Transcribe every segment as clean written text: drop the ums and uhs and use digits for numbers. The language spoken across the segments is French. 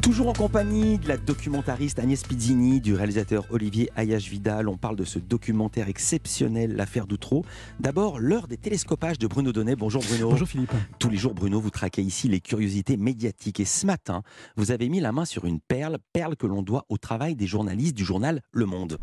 Toujours en compagnie de la documentariste Agnès Pizzini, du réalisateur Olivier Ayache-Vidal. On parle de ce documentaire exceptionnel, l'affaire Doutreau. D'abord, l'heure des télescopages de Bruno Donnet. Bonjour Bruno. Bonjour Philippe. Tous les jours, Bruno, vous traquez ici les curiosités médiatiques. Et ce matin, vous avez mis la main sur une perle que l'on doit au travail des journalistes du journal Le Monde.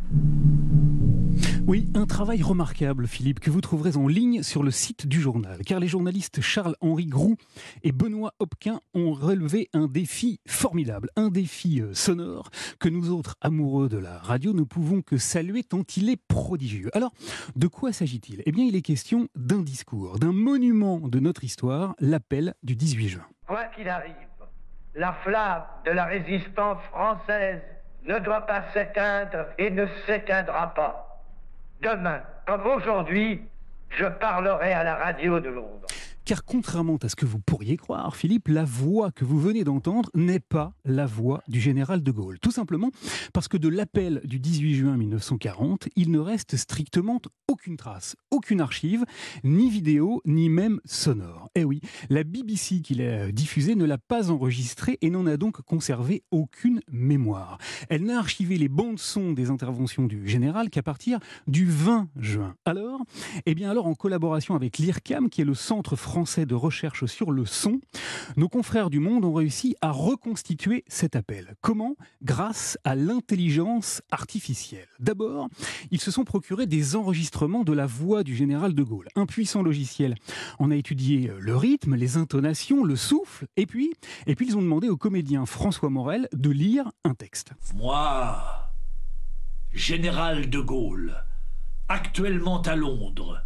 Oui, un travail remarquable, Philippe, que vous trouverez en ligne sur le site du journal. Car les journalistes Charles-Henri Groux et Benoît Hopquin ont relevé un défi formidable, un défi sonore que nous autres amoureux de la radio ne pouvons que saluer tant il est prodigieux. Alors, de quoi s'agit-il ? Eh bien, il est question d'un discours, d'un monument de notre histoire, l'appel du 18 juin. Quoi qu'il arrive, la flamme de la résistance française ne doit pas s'éteindre et ne s'éteindra pas. Demain, comme aujourd'hui, je parlerai à la radio de Londres. Car contrairement à ce que vous pourriez croire, Philippe, la voix que vous venez d'entendre n'est pas la voix du général de Gaulle. Tout simplement parce que de l'appel du 18 juin 1940, il ne reste strictement aucune trace, aucune archive, ni vidéo, ni même sonore. Eh oui, la BBC qui l'a diffusée ne l'a pas enregistrée et n'en a donc conservé aucune mémoire. Elle n'a archivé les bandes-son des interventions du général qu'à partir du 20 juin. Alors, en collaboration avec l'IRCAM, qui est le centre français de recherche sur le son, nos confrères du Monde ont réussi à reconstituer cet appel. Comment ? Grâce à l'intelligence artificielle. D'abord, ils se sont procurés des enregistrements de la voix du général de Gaulle. Un puissant logiciel. On a étudié le rythme, les intonations, le souffle, et puis ils ont demandé au comédien François Morel de lire un texte. Moi, général de Gaulle, actuellement à Londres,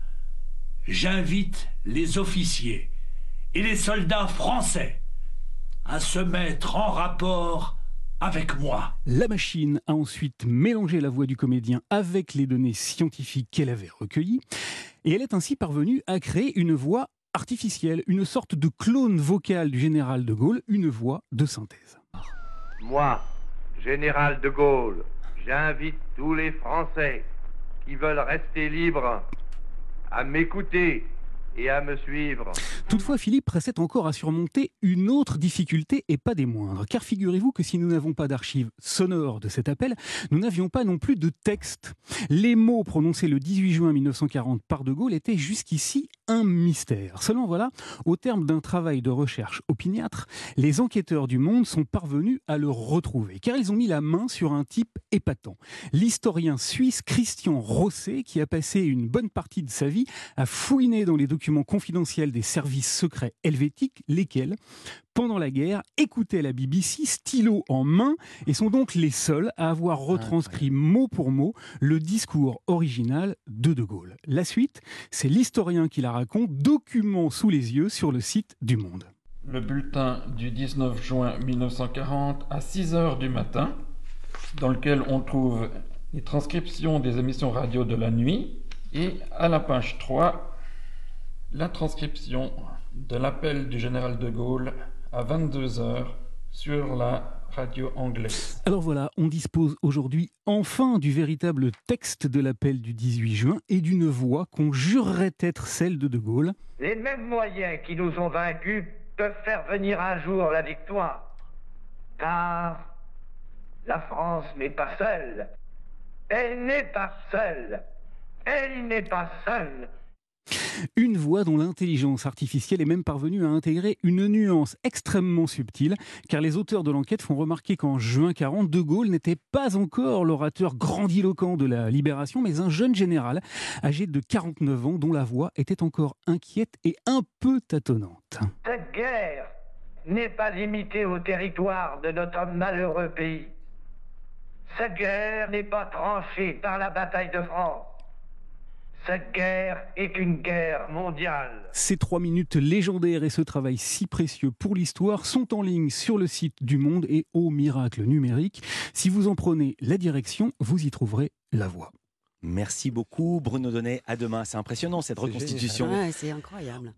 j'invite les officiers et les soldats français à se mettre en rapport avec moi. La machine a ensuite mélangé la voix du comédien avec les données scientifiques qu'elle avait recueillies et elle est ainsi parvenue à créer une voix artificielle, une sorte de clone vocal du général de Gaulle, une voix de synthèse. Moi, général de Gaulle, j'invite tous les Français qui veulent rester libres à m'écouter et à me suivre. Toutefois, Philippe restait encore à surmonter une autre difficulté et pas des moindres. Car figurez-vous que si nous n'avons pas d'archives sonores de cet appel, nous n'avions pas non plus de texte. Les mots prononcés le 18 juin 1940 par De Gaulle étaient jusqu'ici un mystère. Seulement voilà, au terme d'un travail de recherche opiniâtre, les enquêteurs du Monde sont parvenus à le retrouver. Car ils ont mis la main sur un type épatant. L'historien suisse Christian Rosset, qui a passé une bonne partie de sa vie à fouiner dans les documents confidentiels des services secrets helvétiques, lesquels, pendant la guerre, écoutaient la BBC stylo en main et sont donc les seuls à avoir retranscrit mot pour mot le discours original de De Gaulle. La suite, c'est l'historien qui la raconte, document sous les yeux sur le site du Monde. Le bulletin du 19 juin 1940 à 6 heures du matin, dans lequel on trouve les transcriptions des émissions radio de la nuit et à la page 3, la transcription de l'appel du général de Gaulle à 22 heures sur la radio anglaise. Alors voilà, on dispose aujourd'hui enfin du véritable texte de l'appel du 18 juin et d'une voix qu'on jurerait être celle de De Gaulle. Les mêmes moyens qui nous ont vaincus peuvent faire venir un jour la victoire. Car la France n'est pas seule. Elle n'est pas seule. Elle n'est pas seule. Une voix dont l'intelligence artificielle est même parvenue à intégrer une nuance extrêmement subtile, car les auteurs de l'enquête font remarquer qu'en juin 40, De Gaulle n'était pas encore l'orateur grandiloquent de la Libération, mais un jeune général âgé de 49 ans dont la voix était encore inquiète et un peu tâtonnante. Cette guerre n'est pas limitée au territoire de notre malheureux pays. Cette guerre n'est pas tranchée par la bataille de France. Cette guerre est une guerre mondiale. Ces 3 minutes légendaires et ce travail si précieux pour l'histoire sont en ligne sur le site du Monde et au miracle numérique. Si vous en prenez la direction, vous y trouverez la voix. Merci beaucoup Bruno Donnet. À demain. C'est impressionnant cette reconstitution. Ouais, c'est incroyable.